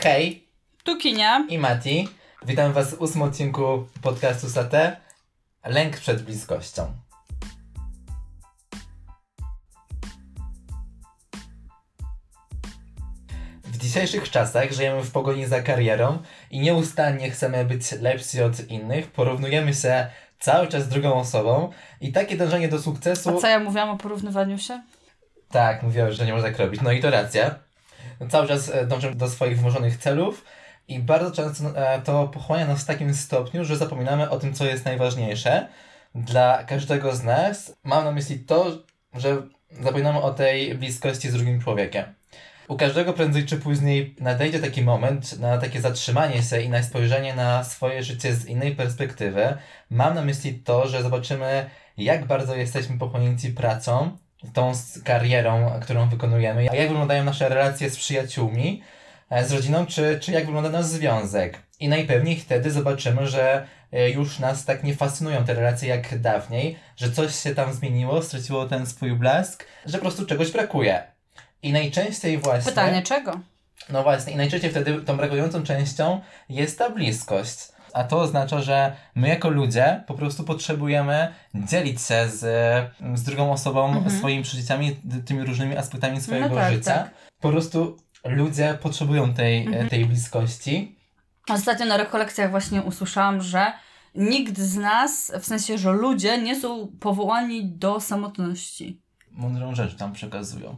Hej, tu Kinia i Mati. Witam Was w 8 odcinku podcastu Sate. Lęk przed bliskością. W dzisiejszych czasach żyjemy w pogoni za karierą i nieustannie chcemy być lepsi od innych. Porównujemy się cały czas z drugą osobą i takie dążenie do sukcesu... A co ja mówiłam o porównywaniu się? Tak, mówiłem, że nie można tak robić. No i to racja. Cały czas dążymy do swoich wymarzonych celów i bardzo często to pochłania nas w takim stopniu, że zapominamy o tym, co jest najważniejsze dla każdego z nas. Mam na myśli to, że zapominamy o tej bliskości z drugim człowiekiem. U każdego prędzej czy później nadejdzie taki moment na takie zatrzymanie się i na spojrzenie na swoje życie z innej perspektywy. Mam na myśli to, że zobaczymy, jak bardzo jesteśmy pochłonięci pracą, tą karierą, którą wykonujemy, a jak wyglądają nasze relacje z przyjaciółmi, z rodziną, czy jak wygląda nasz związek. I najpewniej wtedy zobaczymy, że już nas tak nie fascynują te relacje jak dawniej, że coś się tam zmieniło, straciło ten swój blask, że po prostu czegoś brakuje. I najczęściej właśnie... Pytanie czego? No właśnie, i najczęściej wtedy tą brakującą częścią jest ta bliskość. A to oznacza, że my jako ludzie po prostu potrzebujemy dzielić się z drugą osobą swoimi przeżyciami, tymi różnymi aspektami swojego życia. Tak. Po prostu ludzie potrzebują tej bliskości. Ostatnio na rekolekcjach właśnie usłyszałam, że nikt z nas, w sensie, że ludzie nie są powołani do samotności. Mądrą rzecz tam przekazują.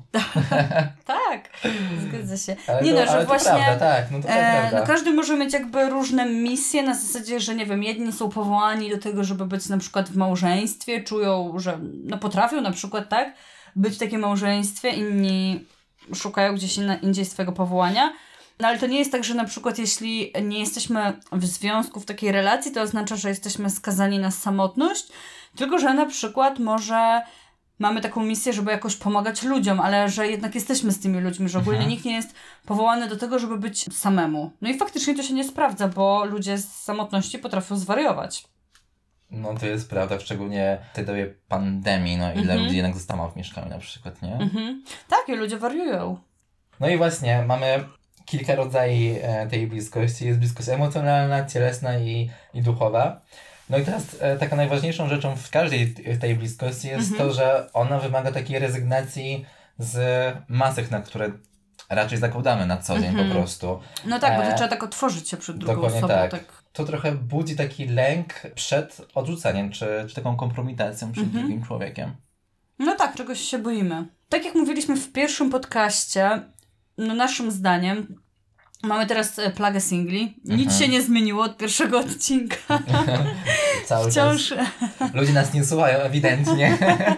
Tak, zgadza się. Ale to prawda, tak, no to prawda. No każdy może mieć jakby różne misje na zasadzie, że nie wiem, jedni są powołani do tego, żeby być na przykład w małżeństwie, czują, że no potrafią na przykład tak być w takim małżeństwie, inni szukają gdzieś indziej swojego powołania. No ale to nie jest tak, że na przykład jeśli nie jesteśmy w związku, w takiej relacji, to oznacza, że jesteśmy skazani na samotność, tylko że na przykład może mamy taką misję, żeby jakoś pomagać ludziom, ale że jednak jesteśmy z tymi ludźmi, że ogólnie nikt nie jest powołany do tego, żeby być samemu. No i faktycznie to się nie sprawdza, bo ludzie z samotności potrafią zwariować. No to jest prawda, szczególnie w tej dobie pandemii, no ile ludzi jednak zostało w mieszkaniu na przykład, nie? Tak, i ludzie wariują. No i właśnie, mamy kilka rodzajów tej bliskości. Jest bliskość emocjonalna, cielesna i duchowa. No i teraz taką najważniejszą rzeczą w każdej tej bliskości jest to, że ona wymaga takiej rezygnacji z masek, na które raczej zakładamy na co dzień po prostu. No tak, bo to trzeba tak otworzyć się przed drugą dokładnie osobą. tak. To trochę budzi taki lęk przed odrzuceniem, czy taką kompromitacją przed drugim człowiekiem. No tak, czegoś się boimy. Tak jak mówiliśmy w pierwszym podcaście, no naszym zdaniem mamy teraz plagę singli. Nic się nie zmieniło od pierwszego odcinka. Cały Wciąż... czas. Ludzie nas nie słuchają, ewidentnie.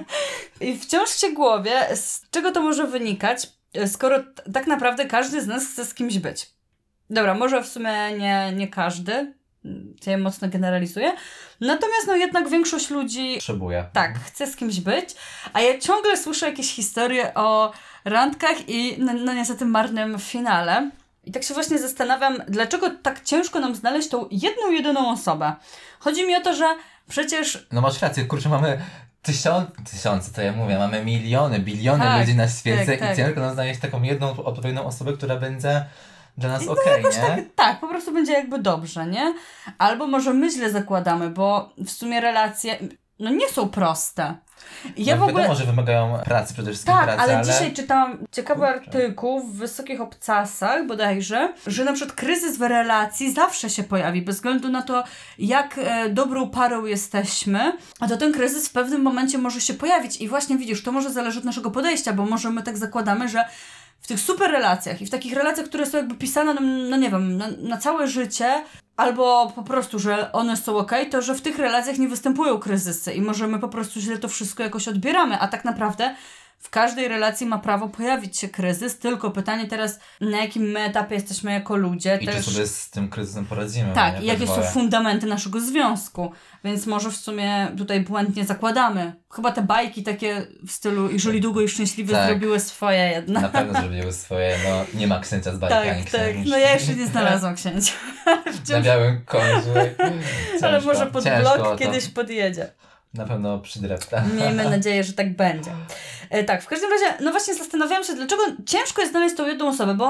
I wciąż się głowie, z czego to może wynikać, skoro tak naprawdę każdy z nas chce z kimś być. Dobra, może w sumie nie każdy, ja mocno generalizuję, natomiast no jednak większość ludzi Potrzebuje. tak, chce z kimś być, a ja ciągle słyszę jakieś historie o randkach i no niestety marnym finale. I tak się właśnie zastanawiam, dlaczego tak ciężko nam znaleźć tą jedną, jedyną osobę. Chodzi mi o to, że przecież... No masz rację, kurczę, mamy tysiące, to ja mówię, mamy miliony, biliony ludzi na świecie i ciężko nam znaleźć taką jedną odpowiednią osobę, która będzie dla nas okej, nie? Tak, po prostu będzie jakby dobrze, nie? Albo może my źle zakładamy, bo w sumie relacje no nie są proste. Ja no, wiadomo, że wymagają pracy, przede wszystkim tak, pracy, ale dzisiaj czytałam ciekawy artykuł w Wysokich Obcasach bodajże, że na przykład kryzys w relacji zawsze się pojawi, bez względu na to, jak dobrą parą jesteśmy, a to ten kryzys w pewnym momencie może się pojawić i właśnie widzisz, to może zależy od naszego podejścia, bo może my tak zakładamy, że w tych super relacjach i w takich relacjach, które są jakby pisane, no nie wiem, na całe życie, albo po prostu, że one są okej, to że w tych relacjach nie występują kryzysy i może my po prostu źle to wszystko jakoś odbieramy, a tak naprawdę w każdej relacji ma prawo pojawić się kryzys, tylko pytanie teraz, na jakim my etapie jesteśmy jako ludzie. I czy sobie z tym kryzysem poradzimy. Tak, i jakie są fundamenty naszego związku. Więc może w sumie tutaj błędnie zakładamy. Chyba te bajki takie w stylu i żyli długo i szczęśliwie zrobiły swoje jednak. Na pewno zrobiły swoje, no nie ma księcia z bajkami. Tak, no ja jeszcze nie znalazłam księcia. Na białym końcu. Ale może pod blok kiedyś podjedzie. Na pewno przydrewka. Miejmy nadzieję, że tak będzie. Tak, w każdym razie, no właśnie zastanawiałam się, dlaczego ciężko jest znaleźć tą jedną osobę, bo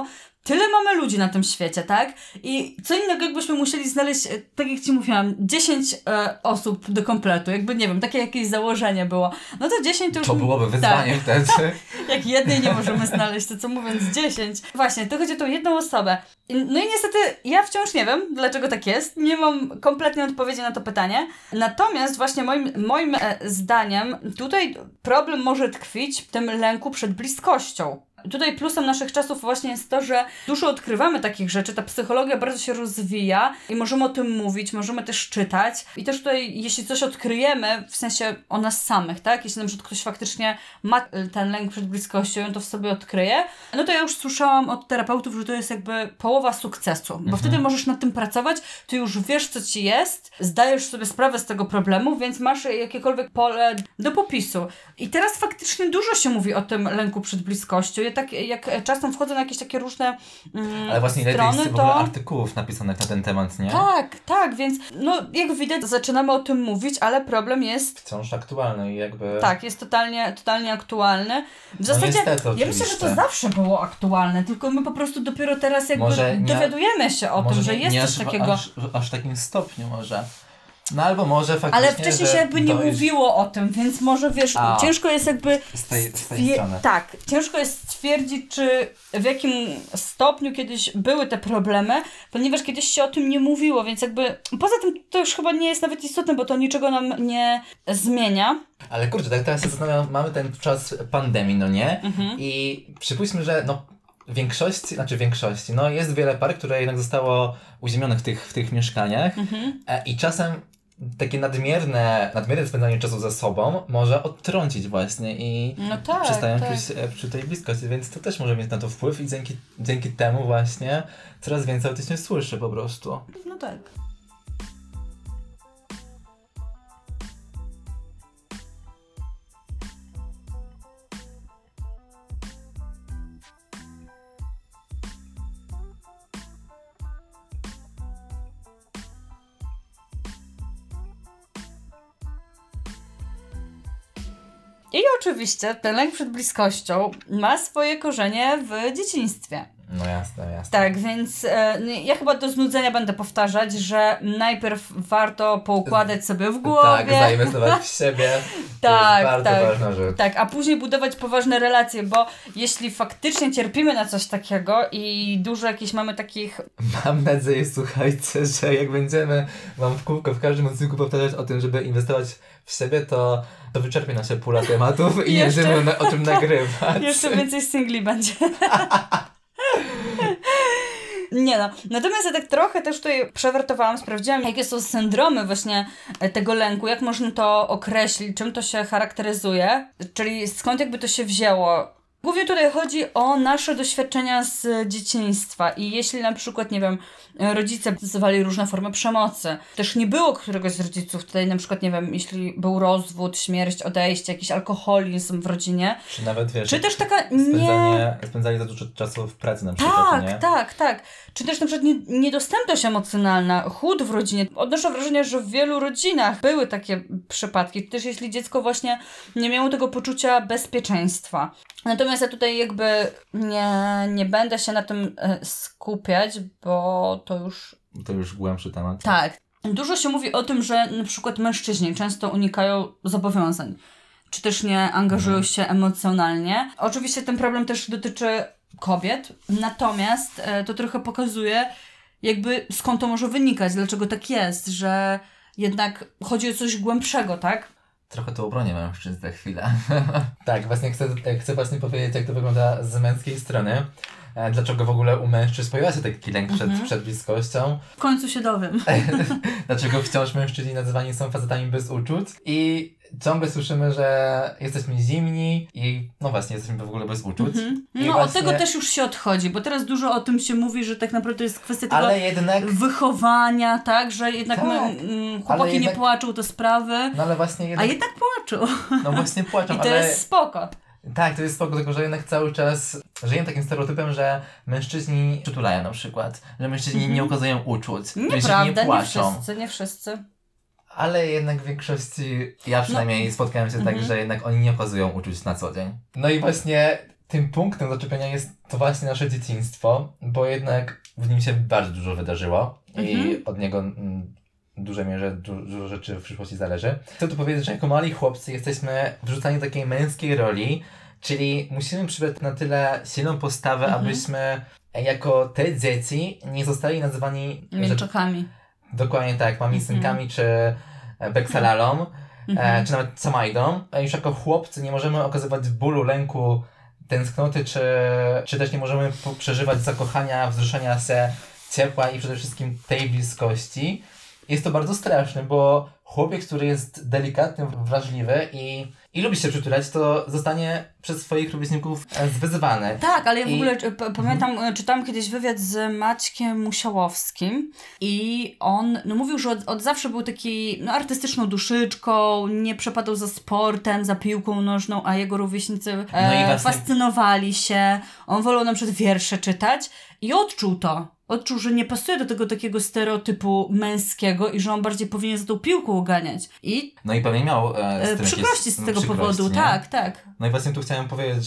tyle mamy ludzi na tym świecie, tak? I co innego jakbyśmy musieli znaleźć, tak jak ci mówiłam, 10 osób do kompletu, jakby nie wiem, takie jakieś założenie było. No to 10 to już... To byłoby wyzwanie wtedy. Jak jednej nie możemy znaleźć, to co mówiąc 10. Właśnie, to chodzi o tą jedną osobę. No i niestety ja wciąż nie wiem, dlaczego tak jest. Nie mam kompletnie odpowiedzi na to pytanie. Natomiast właśnie moim zdaniem tutaj problem może tkwić w tym lęku przed bliskością. Tutaj plusem naszych czasów właśnie jest to, że dużo odkrywamy takich rzeczy, ta psychologia bardzo się rozwija i możemy o tym mówić, możemy też czytać i też tutaj, jeśli coś odkryjemy, w sensie o nas samych, tak? Jeśli na przykład ktoś faktycznie ma ten lęk przed bliskością i to w sobie odkryje, no to ja już słyszałam od terapeutów, że to jest jakby połowa sukcesu, bo wtedy możesz nad tym pracować, ty już wiesz, co ci jest, zdajesz sobie sprawę z tego problemu, więc masz jakiekolwiek pole do popisu. I teraz faktycznie dużo się mówi o tym lęku przed bliskością. Ja tak jak czasem wchodzę na jakieś takie różne ale właśnie ile strony, jest w ogóle artykułów napisanych na ten temat, nie? Tak, więc no jak widać zaczynamy o tym mówić, ale problem jest Wciąż aktualny i jakby... tak, jest totalnie aktualny. W zasadzie niestety, ja myślę, że to zawsze było aktualne, tylko my po prostu dopiero teraz jakby dowiadujemy się o tym, że jest coś takiego. Aż w takim stopniu może. No albo może faktycznie, ale wcześniej się jakby nie mówiło o tym, więc może wiesz, ciężko jest jakby z tej strony. tak, ciężko jest stwierdzić, czy w jakim stopniu kiedyś były te problemy, ponieważ kiedyś się o tym nie mówiło, więc jakby poza tym to już chyba nie jest nawet istotne, bo to niczego nam nie zmienia. Ale kurczę, tak teraz się zastanawiam, mamy ten czas pandemii, no nie? I przypuśćmy, że w większości, no jest wiele par, które jednak zostało uziemionych w tych mieszkaniach i czasem takie nadmierne spędzanie czasu ze sobą może odtrącić właśnie i przestają czuć przy tej bliskości, więc to też może mieć na to wpływ i dzięki temu właśnie coraz więcej o tym się słyszy po prostu. No tak. I oczywiście ten lęk przed bliskością ma swoje korzenie w dzieciństwie. No jasne. Tak, więc ja chyba do znudzenia będę powtarzać, że najpierw warto poukładać sobie w głowie. Tak, zainwestować w siebie. To jest bardzo ważna rzecz. Tak, a później budować poważne relacje, bo jeśli faktycznie cierpimy na coś takiego i dużo jakieś mamy takich... Mam nadzieję, słuchajcie, że jak będziemy wam w kółko w każdym odcinku powtarzać o tym, żeby inwestować w siebie, to wyczerpie nasze pula tematów i nie będziemy o czym nagrywać. Jeszcze więcej singli będzie. Nie no, natomiast ja tak trochę też tutaj przewertowałam, sprawdziłam, jakie są syndromy właśnie tego lęku, jak można to określić, czym to się charakteryzuje, czyli skąd jakby to się wzięło. Głównie tutaj chodzi o nasze doświadczenia z dzieciństwa i jeśli na przykład, nie wiem, rodzice stosowali różne formy przemocy, też nie było któregoś z rodziców, tutaj na przykład, nie wiem, jeśli był rozwód, śmierć, odejście, jakiś alkoholizm w rodzinie. Czy nawet, wiesz, czy też taka spędzali za dużo czasu w pracy na przykład, nie? Tak. Czy też na przykład niedostępność emocjonalna, chłód w rodzinie. Odnoszę wrażenie, że w wielu rodzinach były takie przypadki, też jeśli dziecko właśnie nie miało tego poczucia bezpieczeństwa. Natomiast ja tutaj jakby nie będę się na tym skupiać, bo to już głębszy temat. Tak. Dużo się mówi o tym, że na przykład mężczyźni często unikają zobowiązań, czy też nie angażują się emocjonalnie. Oczywiście ten problem też dotyczy kobiet, natomiast to trochę pokazuje jakby skąd to może wynikać, dlaczego tak jest, że jednak chodzi o coś głębszego, tak? Trochę tu obronię mężczyzn za chwilę. Tak, właśnie chcę właśnie powiedzieć, jak to wygląda z męskiej strony. Dlaczego w ogóle u mężczyzn pojawia się taki lęk przed bliskością. W końcu się dowiem. Dlaczego wciąż mężczyźni nazywani są facetami bez uczuć. I ciągle słyszymy, że jesteśmy zimni i no właśnie, jesteśmy w ogóle bez uczuć. No właśnie... od tego też już się odchodzi, bo teraz dużo o tym się mówi, że tak naprawdę to jest kwestia tego wychowania, tak, że jednak chłopaki nie płaczą, to sprawy, no ale właśnie a jednak płaczą. No właśnie płaczą, i to jest spoko. Tak, to jest spoko, tylko że jednak cały czas żyję takim stereotypem, że mężczyźni przytulają na przykład, że mężczyźni nie okazują uczuć, nieprawda, nie płaczą. Nie wszyscy. Ale jednak w większości, ja przynajmniej spotkałem się tak, że jednak oni nie okazują uczuć na co dzień. No i właśnie tym punktem zaczepienia jest to właśnie nasze dzieciństwo, bo jednak w nim się bardzo dużo wydarzyło i od niego w dużej mierze dużo rzeczy w przyszłości zależy. Chcę tu powiedzieć, że jako mali chłopcy jesteśmy wrzucani do takiej męskiej roli, czyli musimy przybrać na tyle silną postawę, abyśmy jako te dzieci nie zostali nazywani Mięczakami. Dokładnie tak, mamisynkami czy beksalalą, czy nawet samajdą. A już jako chłopcy nie możemy okazywać bólu, lęku, tęsknoty, czy też nie możemy przeżywać zakochania, wzruszenia się, ciepła i przede wszystkim tej bliskości. Jest to bardzo straszne, bo chłopiec, który jest delikatny, wrażliwy i lubi się przytulać, to zostanie przez swoich rówieśników zwyzywany. Tak, ale ja w ogóle pamiętam, czytałam kiedyś wywiad z Maćkiem Musiałowskim i on mówił, że od zawsze był taki artystyczną duszyczką, nie przepadał za sportem, za piłką nożną, a jego rówieśnicy fascynowali się. On wolał na przykład wiersze czytać i odczuł to. Odczuł, że nie pasuje do tego takiego stereotypu męskiego i że on bardziej powinien za tą piłką oganiać. No i pewnie miał przykrości z tego powodu, nie? Tak. No i właśnie tu chciałem powiedzieć,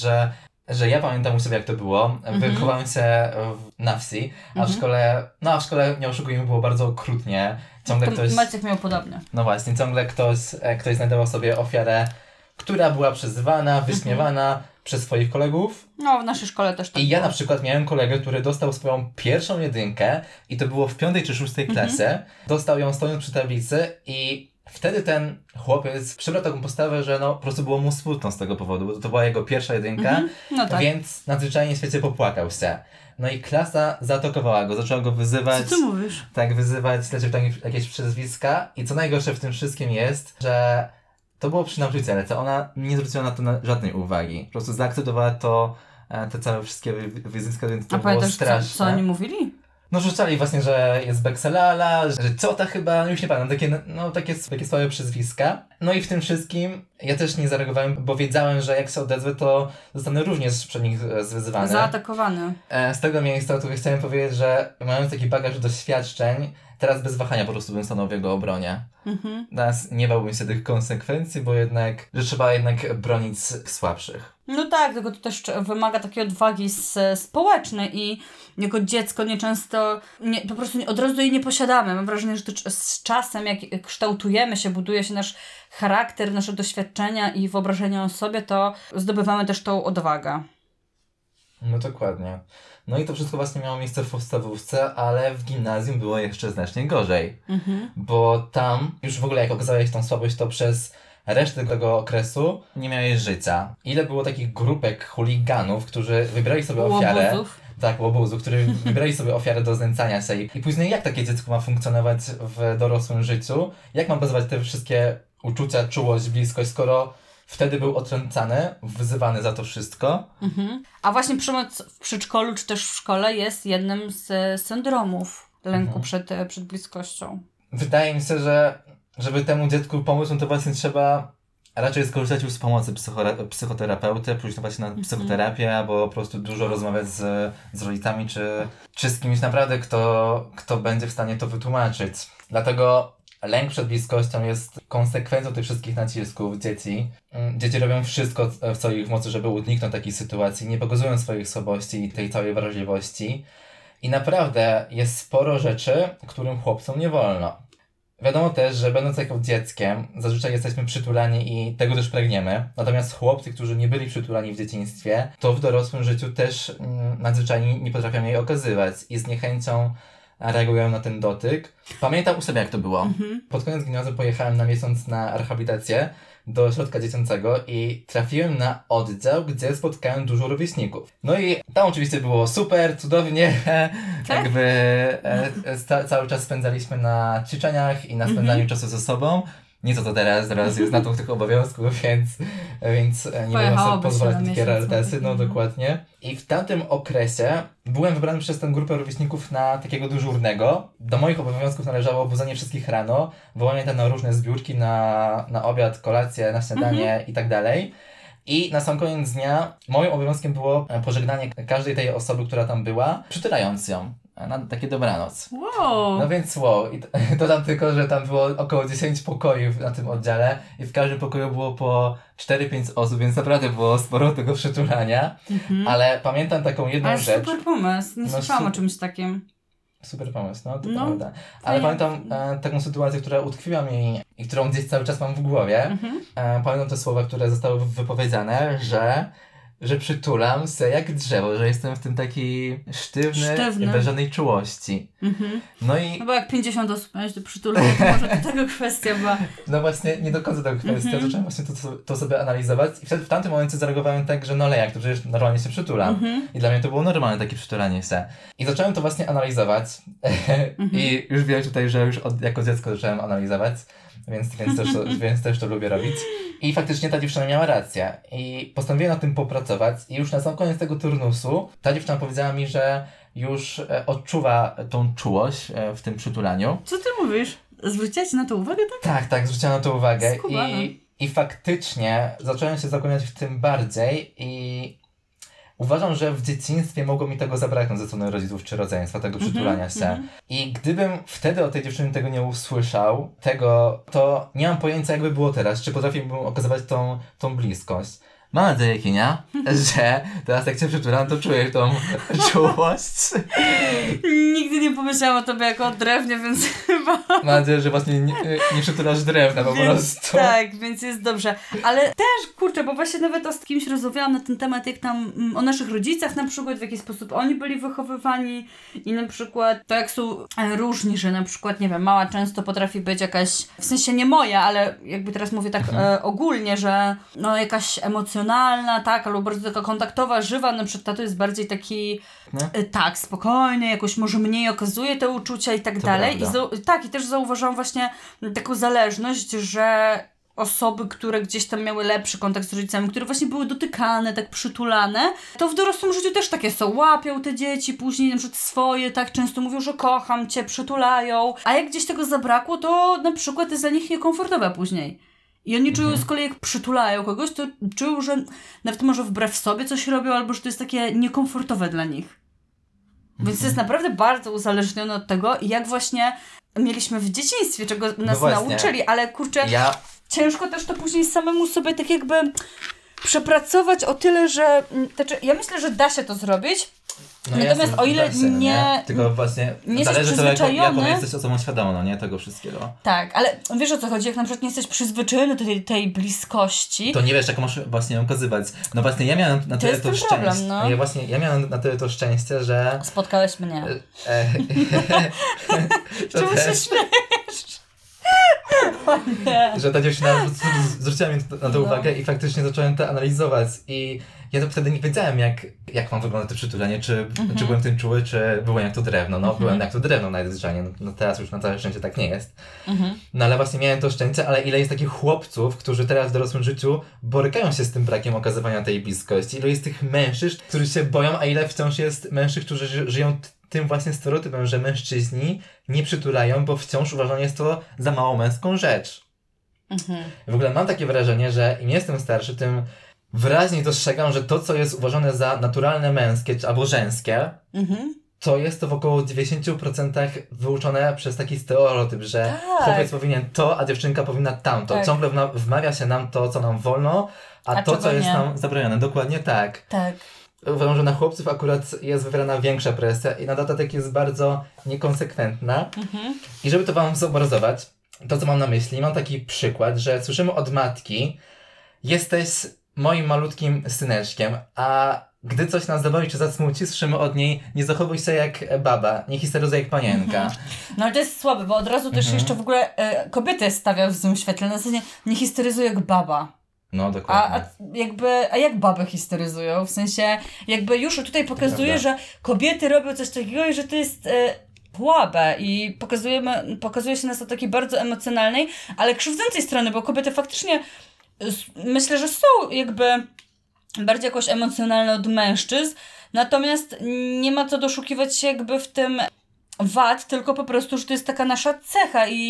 że ja pamiętam u siebie, jak to było. Wychowałem się na wsi, a w szkole, w szkole, nie oszukujmy, było bardzo okrutnie. Ciągle ktoś... Maciek miał podobnie. No właśnie, ciągle ktoś znajdował sobie ofiarę, która była przezywana, wyśmiewana przez swoich kolegów. No, w naszej szkole też tak I ja było. na przykład miałem kolegę, który dostał swoją pierwszą jedynkę i to było w 5. czy 6. klasie. Dostał ją stojąc przy tablicy i wtedy ten chłopiec przybrał taką postawę, że po prostu było mu smutno z tego powodu, bo to była jego pierwsza jedynka, No tak. więc nadzwyczajnie w świecie popłakał się. No i klasa zaatakowała go, zaczęła go wyzywać. Co ty mówisz? Tak, wyzywać, znaczy jakieś przezwiska. I co najgorsze w tym wszystkim jest, że to było przy nauczycielce. Ona nie zwróciła na to żadnej uwagi. Po prostu zaakceptowała to, te całe wszystkie wyzwiska, więc to było straszne. Co oni mówili? No rzucali właśnie, że jest Beksalala, że ciota chyba, już nie pamiętam, takie słabe przezwiska. No i w tym wszystkim ja też nie zareagowałem, bo wiedziałem, że jak się odezwę, to zostanę również przed nich zwyzywany. Zaatakowany. Z tego miejsca tu chciałem powiedzieć, że mając taki bagaż doświadczeń, teraz bez wahania po prostu bym stanął w jego obronie. Teraz nie bałbym się tych konsekwencji, bo że trzeba jednak bronić słabszych. No tak, tylko to też wymaga takiej odwagi społecznej i jako dziecko nieczęsto, po prostu od razu jej nie posiadamy. Mam wrażenie, że to z czasem, jak kształtujemy się, buduje się nasz charakter, nasze doświadczenia i wyobrażenia o sobie, to zdobywamy też tą odwagę. No dokładnie. No i to wszystko właśnie miało miejsce w podstawówce, ale w gimnazjum było jeszcze znacznie gorzej. Bo tam już w ogóle jak okazałeś tą słabość, to przez resztę tego okresu nie miałeś życia. Ile było takich grupek chuliganów, którzy wybrali sobie ofiarę. Łobuzów. Tak, łobuzów, którzy wybrali sobie ofiarę do znęcania się. I później jak takie dziecko ma funkcjonować w dorosłym życiu? Jak ma bazować te wszystkie uczucia, czułość, bliskość, skoro wtedy był otrącany, wyzywany za to wszystko. A właśnie przemoc w przedszkolu czy też w szkole jest jednym z syndromów lęku przed bliskością. Wydaje mi się, że żeby temu dziecku pomóc, no to właśnie trzeba raczej skorzystać już z pomocy psychoterapeuty, pójść właśnie na psychoterapię, albo po prostu dużo rozmawiać z rodzicami, czy z kimś naprawdę, kto będzie w stanie to wytłumaczyć. Dlatego lęk przed bliskością jest konsekwencją tych wszystkich nacisków dzieci. Dzieci robią wszystko, w co ich w mocy, żeby uniknąć takiej sytuacji, nie pokazują swoich słabości i tej całej wrażliwości. I naprawdę jest sporo rzeczy, którym chłopcom nie wolno. Wiadomo też, że będąc jako dzieckiem, zazwyczaj jesteśmy przytulani i tego też pragniemy. Natomiast chłopcy, którzy nie byli przytulani w dzieciństwie, to w dorosłym życiu też nadzwyczajnie nie potrafią jej okazywać i z niechęcią reagują na ten dotyk. Pamiętam u siebie, jak to było. Pod koniec gimnazjum pojechałem na miesiąc na rehabilitację do ośrodka dziecięcego i trafiłem na oddział, gdzie spotkałem dużo rówieśników. No i tam oczywiście było super, cudownie, jakby cały czas spędzaliśmy na ćwiczeniach i na spędzaniu czasu ze sobą. Nie co to teraz jest natłok tych obowiązków, więc nie mogłem sobie pozwolić na takie realitacje, no dokładnie. I w tamtym okresie byłem wybrany przez tę grupę rówieśników na takiego dyżurnego. Do moich obowiązków należało obudzenie wszystkich rano, wołanie tam na różne zbiórki, na obiad, kolację, na śniadanie i tak dalej. I na sam koniec dnia moim obowiązkiem było pożegnanie każdej tej osoby, która tam była, przytulając ją. na takie dobranoc. Wow. No więc I dodam tylko, że tam było około 10 pokoi na tym oddziale i w każdym pokoju było po 4-5 osób, więc naprawdę było sporo tego przytulania. Ale pamiętam taką jedną Ale rzecz. super pomysł, nie słyszałam o czymś takim. Super pomysł, no to No, prawda. Ale pamiętam taką sytuację, która utkwiła mi i którą gdzieś cały czas mam w głowie. Pamiętam te słowa, które zostały wypowiedziane, że przytulam se jak drzewo, że jestem w tym taki sztywny. Bez żadnej czułości. No i... No bo jak 50 osób miałeś do przytulenia, to może do tego kwestia była. No właśnie, nie do końca tego kwestia. Zacząłem właśnie to sobie analizować i wtedy w tamtym momencie zareagowałem tak, że no ale jak, to przecież normalnie się przytulam. I dla mnie to było normalne takie przytulanie się. I zacząłem to właśnie analizować i już widać tutaj, że już jako dziecko zacząłem analizować, więc też to lubię robić. I faktycznie ta dziewczyna miała rację. I postanowiłem nad tym popracować i już na sam koniec tego turnusu ta dziewczyna powiedziała mi, że już odczuwa tą czułość w tym przytulaniu. Co ty mówisz? Zwróciłaś na to uwagę, tak? Tak, zwróciłam na to uwagę. Skubana. I faktycznie zacząłem się zagłębiać w tym bardziej i uważam, że w dzieciństwie mogło mi tego zabraknąć ze strony rodziców czy rodzeństwa, tego przytulania się. I gdybym wtedy od tej dziewczyny tego nie usłyszał, to nie mam pojęcia jakby było teraz, czy potrafiłbym okazywać tą bliskość. Mam nadzieję, Kinia, że teraz jak cię przytulam, to czujesz tą czułość. Nigdy nie pomyślałam o tobie jako o drewnie, więc chyba... Mam nadzieję, że właśnie nie przytulasz drewna po prostu. Tak, więc jest dobrze. Ale też, kurczę, bo właśnie nawet z kimś rozmawiałam na ten temat, jak tam o naszych rodzicach na przykład, w jaki sposób oni byli wychowywani i na przykład to jak są różni, że na przykład, nie wiem, mała często potrafi być jakaś, w sensie nie moja, ale jakby teraz mówię tak ogólnie, że no jakaś emocjonalna, tak, albo bardzo taka kontaktowa, żywa, na przykład tato jest bardziej taki tak, spokojny, jakoś może mniej okazuje te uczucia i tak dalej. I też zauważyłam właśnie taką zależność, że osoby, które gdzieś tam miały lepszy kontakt z rodzicami, które właśnie były dotykane, tak przytulane, to w dorosłym życiu też takie są. Łapią te dzieci, później na przykład swoje, tak często mówią, że kocham cię, przytulają. A jak gdzieś tego zabrakło, to na przykład jest dla nich niekomfortowe później. I oni czują z kolei, jak przytulają kogoś, to czują, że nawet może wbrew sobie coś robią, albo że to jest takie niekomfortowe dla nich. Więc to jest naprawdę bardzo uzależnione od tego, jak właśnie mieliśmy w dzieciństwie, czego nas nauczyli, ale kurczę, ciężko też to później samemu sobie tak jakby przepracować o tyle, że... ja myślę, że da się to zrobić. No natomiast jasne, o ile nie... Tylko właśnie nie zależy to, jaką nie jesteś osobą świadomą, no nie? Tego wszystkiego. Tak, ale wiesz o co chodzi? Jak na przykład nie jesteś przyzwyczajony do tej bliskości... To nie wiesz, jak masz właśnie ją okazywać. No właśnie, ja miałem na tyle to szczęście. Problem, no. Ja miałem na tyle to szczęście, że... Spotkałeś mnie. Czemu się śmiejesz? Że ta dziewczyna zwróciła mi na to uwagę i faktycznie zacząłem to analizować i ja to wtedy nie wiedziałem jak mam wyglądać to przytulenie, czy byłem tym czuły, czy byłem jak to drewno. No byłem jak to drewno najzwyczajniej, no teraz już na całe szczęście tak nie jest. No ale właśnie miałem to szczęście, ale ile jest takich chłopców, którzy teraz w dorosłym życiu borykają się z tym brakiem okazywania tej bliskości. Ile jest tych mężczyzn, którzy się boją, a ile wciąż jest mężczyzn, którzy żyją tym właśnie stereotypem, że mężczyźni nie przytulają, bo wciąż uważane jest to za mało męską rzecz. W ogóle mam takie wrażenie, że im jestem starszy, tym wyraźniej dostrzegam, że to, co jest uważane za naturalne męskie albo żeńskie, to jest to w około 90% wyuczone przez taki stereotyp, że chłopiec powinien to, a dziewczynka powinna tamto. Tak. Ciągle wmawia się nam to, co nam wolno, a to, co jest nam zabronione. Dokładnie tak. Tak. Uważam, że na chłopców akurat jest wywierana większa presja i na dodatek jest bardzo niekonsekwentna. I żeby to wam zobrazować, to co mam na myśli, mam taki przykład, że słyszymy od matki: jesteś moim malutkim syneczkiem, a gdy coś nas zaboli czy zasmuci, słyszymy od niej: nie zachowuj się jak baba, nie histeryzuj jak panienka. No ale to jest słabe, bo od razu też jeszcze w ogóle kobiety stawia w złym świetle, na zasadzie nie histeryzuj jak baba. No, dokładnie. A jak baby histeryzują? W sensie, jakby już tutaj pokazuje, że kobiety robią coś takiego i że to jest pułapę i pokazuje się nas od takiej bardzo emocjonalnej, ale krzywdzącej strony, bo kobiety faktycznie myślę, że są jakby bardziej jakoś emocjonalne od mężczyzn, natomiast nie ma co doszukiwać się jakby w tym wad, tylko po prostu, że to jest taka nasza cecha i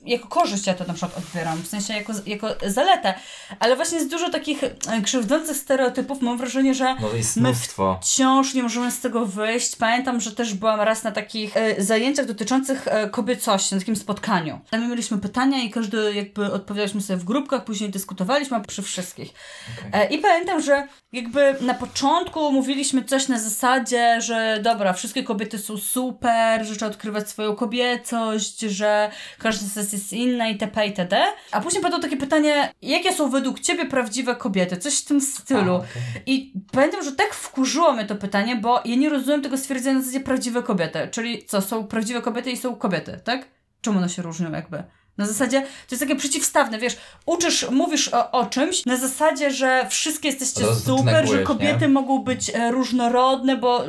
jako korzyść ja to na przykład odbieram, w sensie jako zaletę, ale właśnie jest dużo takich krzywdzących stereotypów, mam wrażenie, że No jest my mnóstwo. wciąż nie możemy z tego wyjść. Pamiętam, że też byłam raz na takich zajęciach dotyczących kobiecości, na takim spotkaniu. Tam mieliśmy pytania i każdy jakby odpowiadaliśmy sobie w grupkach, później dyskutowaliśmy przy wszystkich. Okay. I pamiętam, że jakby na początku mówiliśmy coś na zasadzie, że dobra, wszystkie kobiety są super, że trzeba odkrywać swoją kobiecość, że każda z nas jest inna itp. itd. A później padło takie pytanie, jakie są według ciebie prawdziwe kobiety? Coś w tym stylu. Okay. I pamiętam, że tak wkurzyło mnie to pytanie, bo ja nie rozumiem tego stwierdzenia na zasadzie prawdziwe kobiety. Czyli co, są prawdziwe kobiety i są kobiety, tak? Czemu one się różnią jakby? Na zasadzie, to jest takie przeciwstawne, wiesz, mówisz o czymś na zasadzie, że wszystkie jesteście super, że kobiety mogą być różnorodne, bo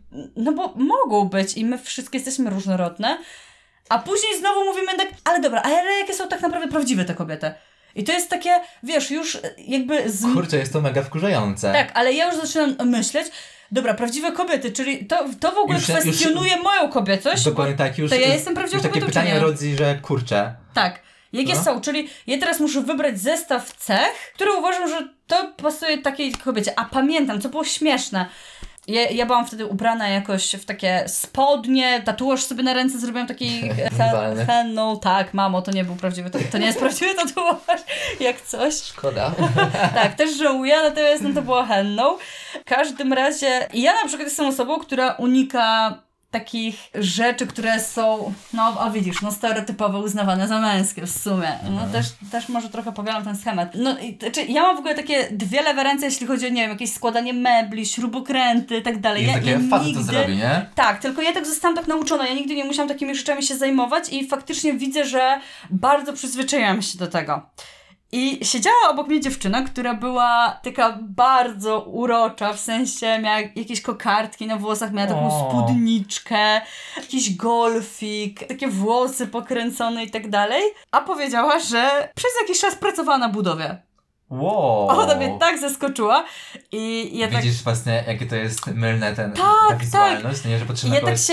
mogą być i my wszystkie jesteśmy różnorodne, a później znowu mówimy tak, ale dobra, ale jakie są tak naprawdę prawdziwe te kobiety? I to jest takie, wiesz, już jakby... Kurczę, jest to mega wkurzające. Tak, ale ja już zaczynam myśleć, dobra, prawdziwe kobiety, czyli to w ogóle kwestionuje moją kobiecość. Dokładnie tak, już. To ja jestem prawdziwą kobietą, takie pytanie rodzi, że kurczę. Tak. Jakie są? Czyli ja teraz muszę wybrać zestaw cech, które uważam, że to pasuje takiej kobiecie. A pamiętam, co było śmieszne. Ja byłam wtedy ubrana jakoś w takie spodnie, tatuaż sobie na ręce zrobiłam taki henną. Tak, mamo, to nie był prawdziwy, to nie jest prawdziwy tatuaż, jak coś. Szkoda. Tak, też żałuję, natomiast to było henną. W każdym razie ja na przykład jestem osobą, która unika takich rzeczy, które są, a widzisz, stereotypowo uznawane za męskie w sumie. Też może trochę powielam ten schemat. Ja mam w ogóle takie dwie lewe ręce, jeśli chodzi o, nie wiem, jakieś składanie mebli, śrubokręty i tak dalej. Takie facet to zrobi, nie? Tak, tylko ja tak zostałam tak nauczona. Ja nigdy nie musiałam takimi rzeczami się zajmować i faktycznie widzę, że bardzo przyzwyczaiłam się do tego. I siedziała obok mnie dziewczyna, która była taka bardzo urocza, w sensie miała jakieś kokardki na włosach, miała taką spódniczkę, jakiś golfik, takie włosy pokręcone i tak dalej. A powiedziała, że przez jakiś czas pracowała na budowie. Wow. Ona mnie tak zaskoczyła i ja widzisz właśnie, jakie to jest mylne ta wizualność, nie, że potrzeba ja tak się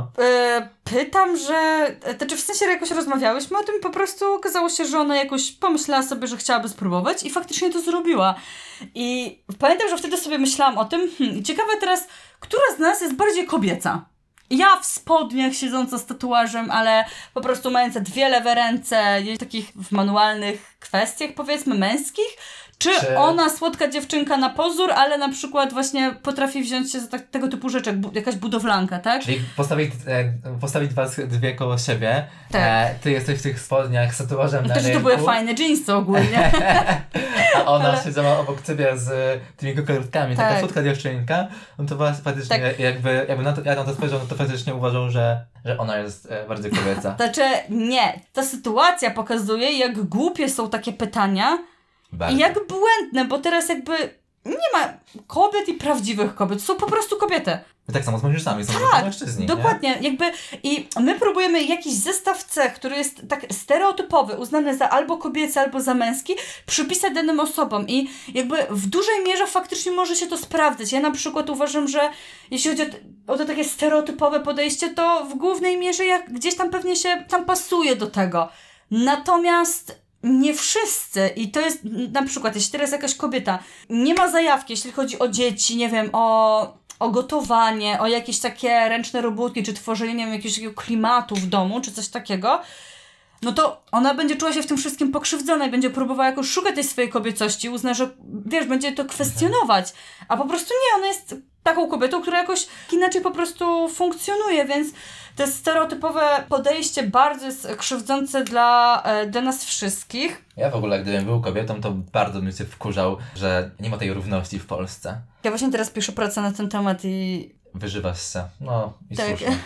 pytam, że w sensie jakoś rozmawiałyśmy o tym, po prostu okazało się, że ona jakoś pomyślała sobie, że chciałaby spróbować i faktycznie to zrobiła. I pamiętam, że wtedy sobie myślałam o tym, ciekawe teraz, która z nas jest bardziej kobieca? Ja w spodniach siedząca z tatuażem, ale po prostu mająca dwie lewe ręce, takich w manualnych kwestiach, powiedzmy, męskich, czy ona słodka dziewczynka na pozór, ale na przykład właśnie potrafi wziąć się za tego typu rzeczy, jak jakaś budowlanka, tak? Czyli postawić was dwie koło siebie, tak. Ty jesteś w tych spodniach z tatuażem na ręku. To były fajne jeansy ogólnie. A ona siedziała obok ciebie z tymi kokardkami, taka słodka dziewczynka, no to faktycznie jakby ja na to spojrzał, no to faktycznie uważam, że ona jest bardziej kobieca. Nie, ta sytuacja pokazuje, jak głupie są takie pytania, bardzo. I jak błędne, bo teraz jakby nie ma kobiet i prawdziwych kobiet, są po prostu kobiety. Tak samo z mężczyznami, są mężczyźni. Dokładnie. I my próbujemy jakiś zestaw cech, który jest tak stereotypowy, uznany za albo kobiecy, albo za męski, przypisać danym osobom i jakby w dużej mierze faktycznie może się to sprawdzać. Ja na przykład uważam, że jeśli chodzi o to takie stereotypowe podejście, to w głównej mierze gdzieś tam pewnie się tam pasuje do tego. Natomiast nie wszyscy i to jest na przykład, jeśli teraz jakaś kobieta nie ma zajawki, jeśli chodzi o dzieci, nie wiem, o gotowanie, o jakieś takie ręczne robótki, czy tworzenie, nie wiem, jakiegoś takiego klimatu w domu, czy coś takiego, no to ona będzie czuła się w tym wszystkim pokrzywdzona i będzie próbowała jakoś szukać tej swojej kobiecości, uzna, że wiesz, będzie to kwestionować, a po prostu nie, ona jest taką kobietą, która jakoś inaczej po prostu funkcjonuje, więc to stereotypowe podejście bardzo jest krzywdzące dla nas wszystkich. Ja w ogóle, gdybym był kobietą, to bardzo bym się wkurzał, że nie ma tej równości w Polsce. Ja właśnie teraz piszę pracę na ten temat i... Wyżywasz się. No i tak. Słusznie.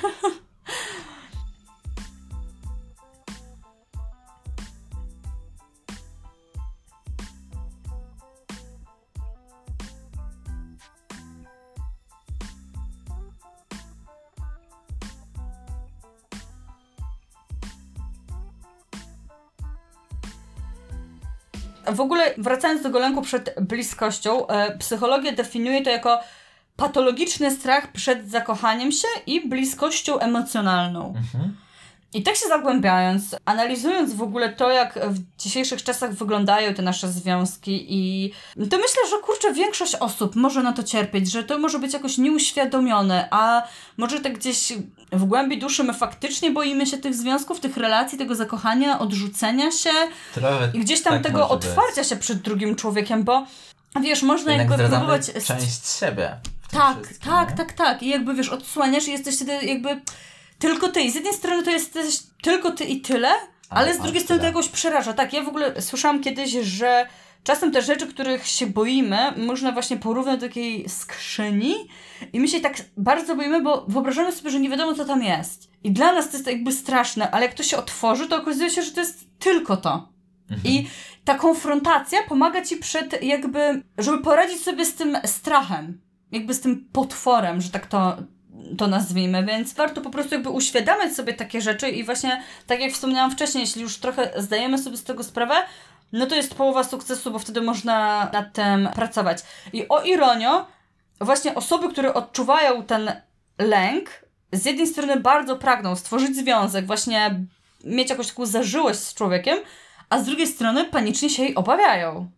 W ogóle, wracając do tego lęku przed bliskością, psychologia definiuje to jako patologiczny strach przed zakochaniem się i bliskością emocjonalną. I tak się zagłębiając, analizując w ogóle to, jak w dzisiejszych czasach wyglądają te nasze związki i to myślę, że kurczę, większość osób może na to cierpieć, że to może być jakoś nieuświadomione, a może tak gdzieś w głębi duszy my faktycznie boimy się tych związków, tych relacji, tego zakochania, odrzucenia się Trochę i gdzieś tam tak tego może otwarcia być. się przed drugim człowiekiem, bo wiesz, można Jednak jakby zdradzamy próbować... część siebie. w tym Tak, wszystkim, tak, nie? tak, tak. I jakby wiesz, odsłaniasz i jesteś wtedy jakby tylko ty. I z jednej strony to jesteś tylko ty i tyle, ale z drugiej strony to jakoś przeraża. Tak, ja w ogóle słyszałam kiedyś, że czasem te rzeczy, których się boimy, można właśnie porównać do takiej skrzyni i my się tak bardzo boimy, bo wyobrażamy sobie, że nie wiadomo, co tam jest. I dla nas to jest jakby straszne, ale jak to się otworzy, to okazuje się, że to jest tylko to. I ta konfrontacja pomaga ci przed jakby, żeby poradzić sobie z tym strachem. Jakby z tym potworem, że tak to nazwijmy, więc warto po prostu jakby uświadamiać sobie takie rzeczy i właśnie, tak jak wspomniałam wcześniej, jeśli już trochę zdajemy sobie z tego sprawę, no to jest połowa sukcesu, bo wtedy można nad tym pracować. I o ironio, właśnie osoby, które odczuwają ten lęk, z jednej strony bardzo pragną stworzyć związek, właśnie mieć jakąś taką zażyłość z człowiekiem, a z drugiej strony panicznie się jej obawiają.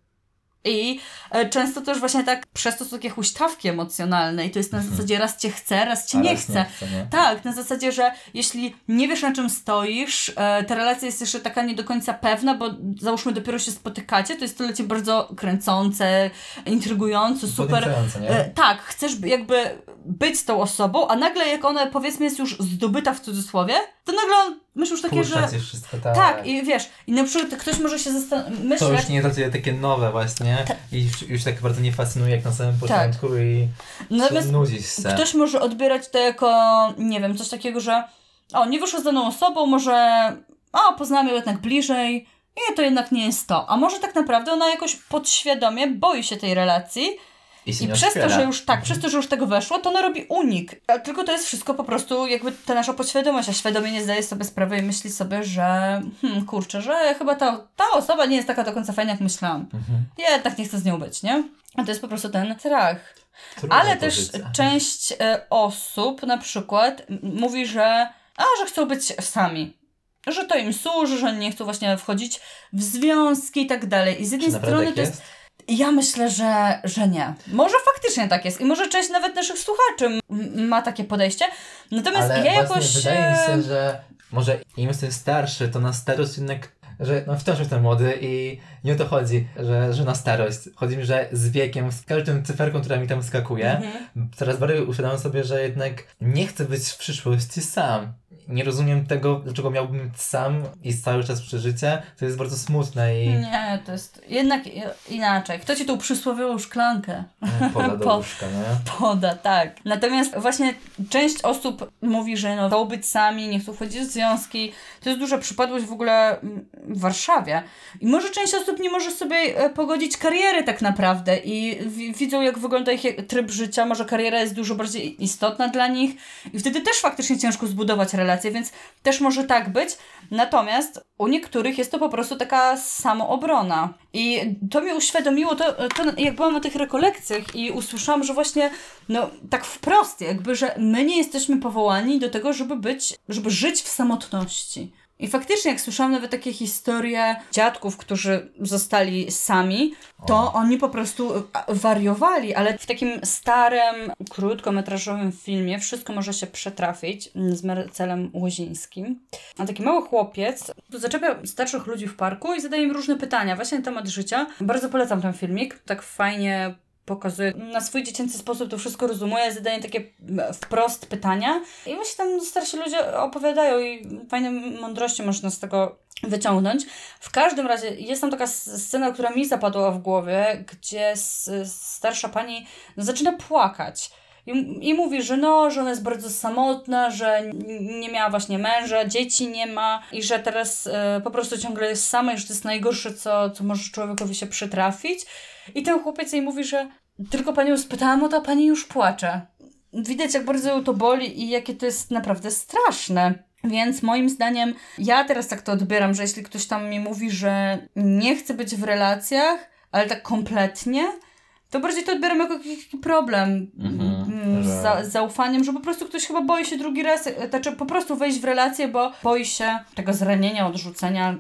I często też właśnie tak przez to są takie huśtawki emocjonalne i to jest na zasadzie raz cię chce, raz cię nie chce. Nie? Tak, na zasadzie, że jeśli nie wiesz, na czym stoisz, ta relacja jest jeszcze taka nie do końca pewna, bo załóżmy dopiero się spotykacie, to jest to dla ciebie bardzo kręcące, intrygujące, super. Nie? Tak, chcesz jakby być z tą osobą, a nagle jak ona powiedzmy jest już zdobyta w cudzysłowie, to nagle myślisz już takie, Puszcza że... ci wszystko, tak. Tak, i wiesz, i na przykład ktoś może się myśleć... To już nie jest dla ciebie takie nowe właśnie i już tak bardzo nie fascynuje jak na samym początku i natomiast nudzisz się. ktoś może odbierać to jako, nie wiem, coś takiego, że nie wyszło z daną osobą, może poznamy ją jednak bliżej i to jednak nie jest to. A może tak naprawdę ona jakoś podświadomie boi się tej relacji i przez to, że już przez to, że już tego weszło, to ona robi unik. Tylko to jest wszystko po prostu jakby ta nasza podświadomość, a świadomie nie zdaje sobie sprawy i myśli sobie, że kurczę, że chyba ta osoba nie jest taka do końca fajna, jak myślałam. Ja jednak nie chcę z nią być, nie? A to jest po prostu ten strach. Ale też część osób na przykład mówi, że chcą być sami. Że to im służy, że nie chcą właśnie wchodzić w związki i tak dalej. I z jednej strony to jest... Ja myślę, że nie. Może faktycznie tak jest. I może część nawet naszych słuchaczy ma takie podejście. Natomiast ale ja jakoś... wydaje mi się, że może im jestem starszy, to na starość jednak, że wciąż jestem młody i nie o to chodzi, że na starość. Chodzi mi, że z wiekiem, z każdą cyferką, która mi tam skakuje, coraz bardziej uświadamiam sobie, że jednak nie chcę być w przyszłości sam. Nie rozumiem tego, dlaczego miałbym być sam i cały czas przeżycie. To jest bardzo smutne i... Nie, to jest jednak inaczej. Kto ci tą przysłowiową szklankę poda do łóżka, nie? Poda, tak. Natomiast właśnie część osób mówi, że chcą być sami, nie chcą wchodzić w związki. To jest duża przypadłość w ogóle w Warszawie. I może część osób nie może sobie pogodzić kariery tak naprawdę i widzą, jak wygląda ich tryb życia. Może kariera jest dużo bardziej istotna dla nich i wtedy też faktycznie ciężko zbudować relacje, więc też może tak być. Natomiast u niektórych jest to po prostu taka samoobrona. I to mi uświadomiło, to jak byłam na tych rekolekcjach i usłyszałam, że właśnie tak wprost jakby, że my nie jesteśmy powołani do tego, żeby żyć w samotności. I faktycznie, jak słyszałam nawet takie historie dziadków, którzy zostali sami, to oni po prostu wariowali, ale w takim starym, krótkometrażowym filmie wszystko może się przetrafić z Marcelem Łozińskim. A taki mały chłopiec zaczepia starszych ludzi w parku i zadaje im różne pytania właśnie na temat życia. Bardzo polecam ten filmik, tak fajnie pokazuje, na swój dziecięcy sposób to wszystko rozumuje, zadaje takie wprost pytania i właśnie tam starsi ludzie opowiadają i fajne mądrości można z tego wyciągnąć. W każdym razie jest tam taka scena, która mi zapadła w głowie, gdzie starsza pani zaczyna płakać. I mówi, że ona jest bardzo samotna, że nie miała właśnie męża, dzieci nie ma i że teraz po prostu ciągle jest sama i że to jest najgorsze, co może człowiekowi się przytrafić. I ten chłopiec jej mówi, że tylko panią spytałam o to, a pani już płacze. Widać, jak bardzo ją to boli i jakie to jest naprawdę straszne. Więc moim zdaniem, ja teraz tak to odbieram, że jeśli ktoś tam mi mówi, że nie chce być w relacjach, ale tak kompletnie, to bardziej to odbieram jako jakiś problem. z zaufaniem, że po prostu ktoś chyba boi się drugi raz, znaczy po prostu wejść w relację, bo boi się tego zranienia, odrzucenia,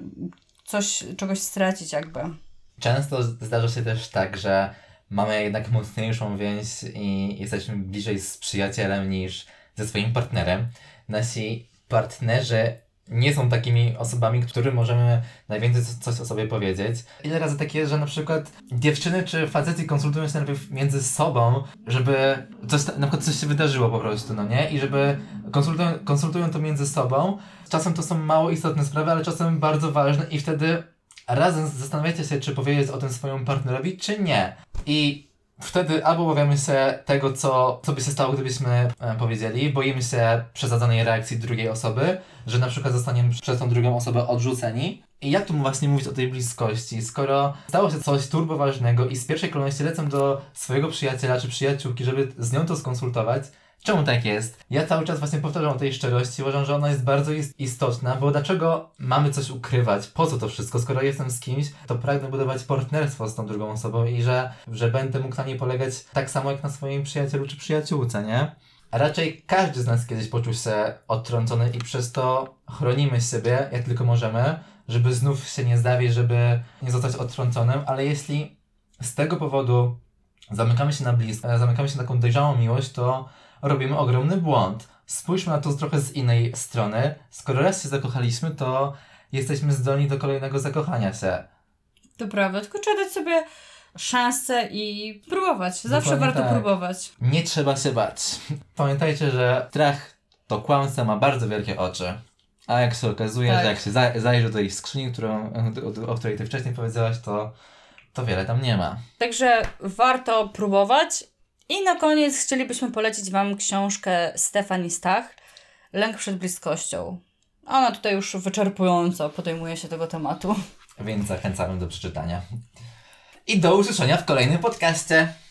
czegoś stracić jakby. Często zdarza się też tak, że mamy jednak mocniejszą więź i jesteśmy bliżej z przyjacielem niż ze swoim partnerem. Nasi partnerzy nie są takimi osobami, którym możemy najwięcej coś o sobie powiedzieć. Ile razy takie, że na przykład dziewczyny czy faceci konsultują się najpierw między sobą, żeby na przykład coś się wydarzyło po prostu, no nie? I żeby konsultują to między sobą. Czasem to są mało istotne sprawy, ale czasem bardzo ważne i wtedy razem zastanawiacie się, czy powiedzieć o tym swojemu partnerowi, czy nie. I wtedy albo obawiamy się tego, co by się stało, gdybyśmy powiedzieli, boimy się przesadzonej reakcji drugiej osoby, że na przykład zostaniemy przez tą drugą osobę odrzuceni. I jak tu właśnie mówić o tej bliskości, skoro stało się coś turbo ważnego i z pierwszej kolejności lecę do swojego przyjaciela czy przyjaciółki, żeby z nią to skonsultować. Czemu tak jest? Ja cały czas właśnie powtarzam o tej szczerości, uważam, że ona jest bardzo istotna, bo dlaczego mamy coś ukrywać? Po co to wszystko? Skoro jestem z kimś, to pragnę budować partnerstwo z tą drugą osobą i że będę mógł na niej polegać tak samo jak na swoim przyjacielu czy przyjaciółce, nie? A raczej każdy z nas kiedyś poczuł się odtrącony i przez to chronimy siebie, jak tylko możemy, żeby znów się nie zdawić, żeby nie zostać odtrąconym, ale jeśli z tego powodu zamykamy się na zamykamy się na taką dojrzałą miłość, to robimy ogromny błąd. Spójrzmy na to trochę z innej strony. Skoro raz się zakochaliśmy, to jesteśmy zdolni do kolejnego zakochania się. To prawda, tylko trzeba dać sobie szansę i próbować. Zawsze Dokładnie warto tak. próbować. Nie trzeba się bać. Pamiętajcie, że strach to kłamca ma bardzo wielkie oczy. A jak się okazuje, Tak. że jak się zajrzy do tej skrzyni, o której ty wcześniej powiedziałaś, to wiele tam nie ma. Także warto próbować. I na koniec chcielibyśmy polecić Wam książkę Stefanii Stach, Lęk przed bliskością. Ona tutaj już wyczerpująco podejmuje się tego tematu. Więc zachęcamy do przeczytania. I do usłyszenia w kolejnym podcaście.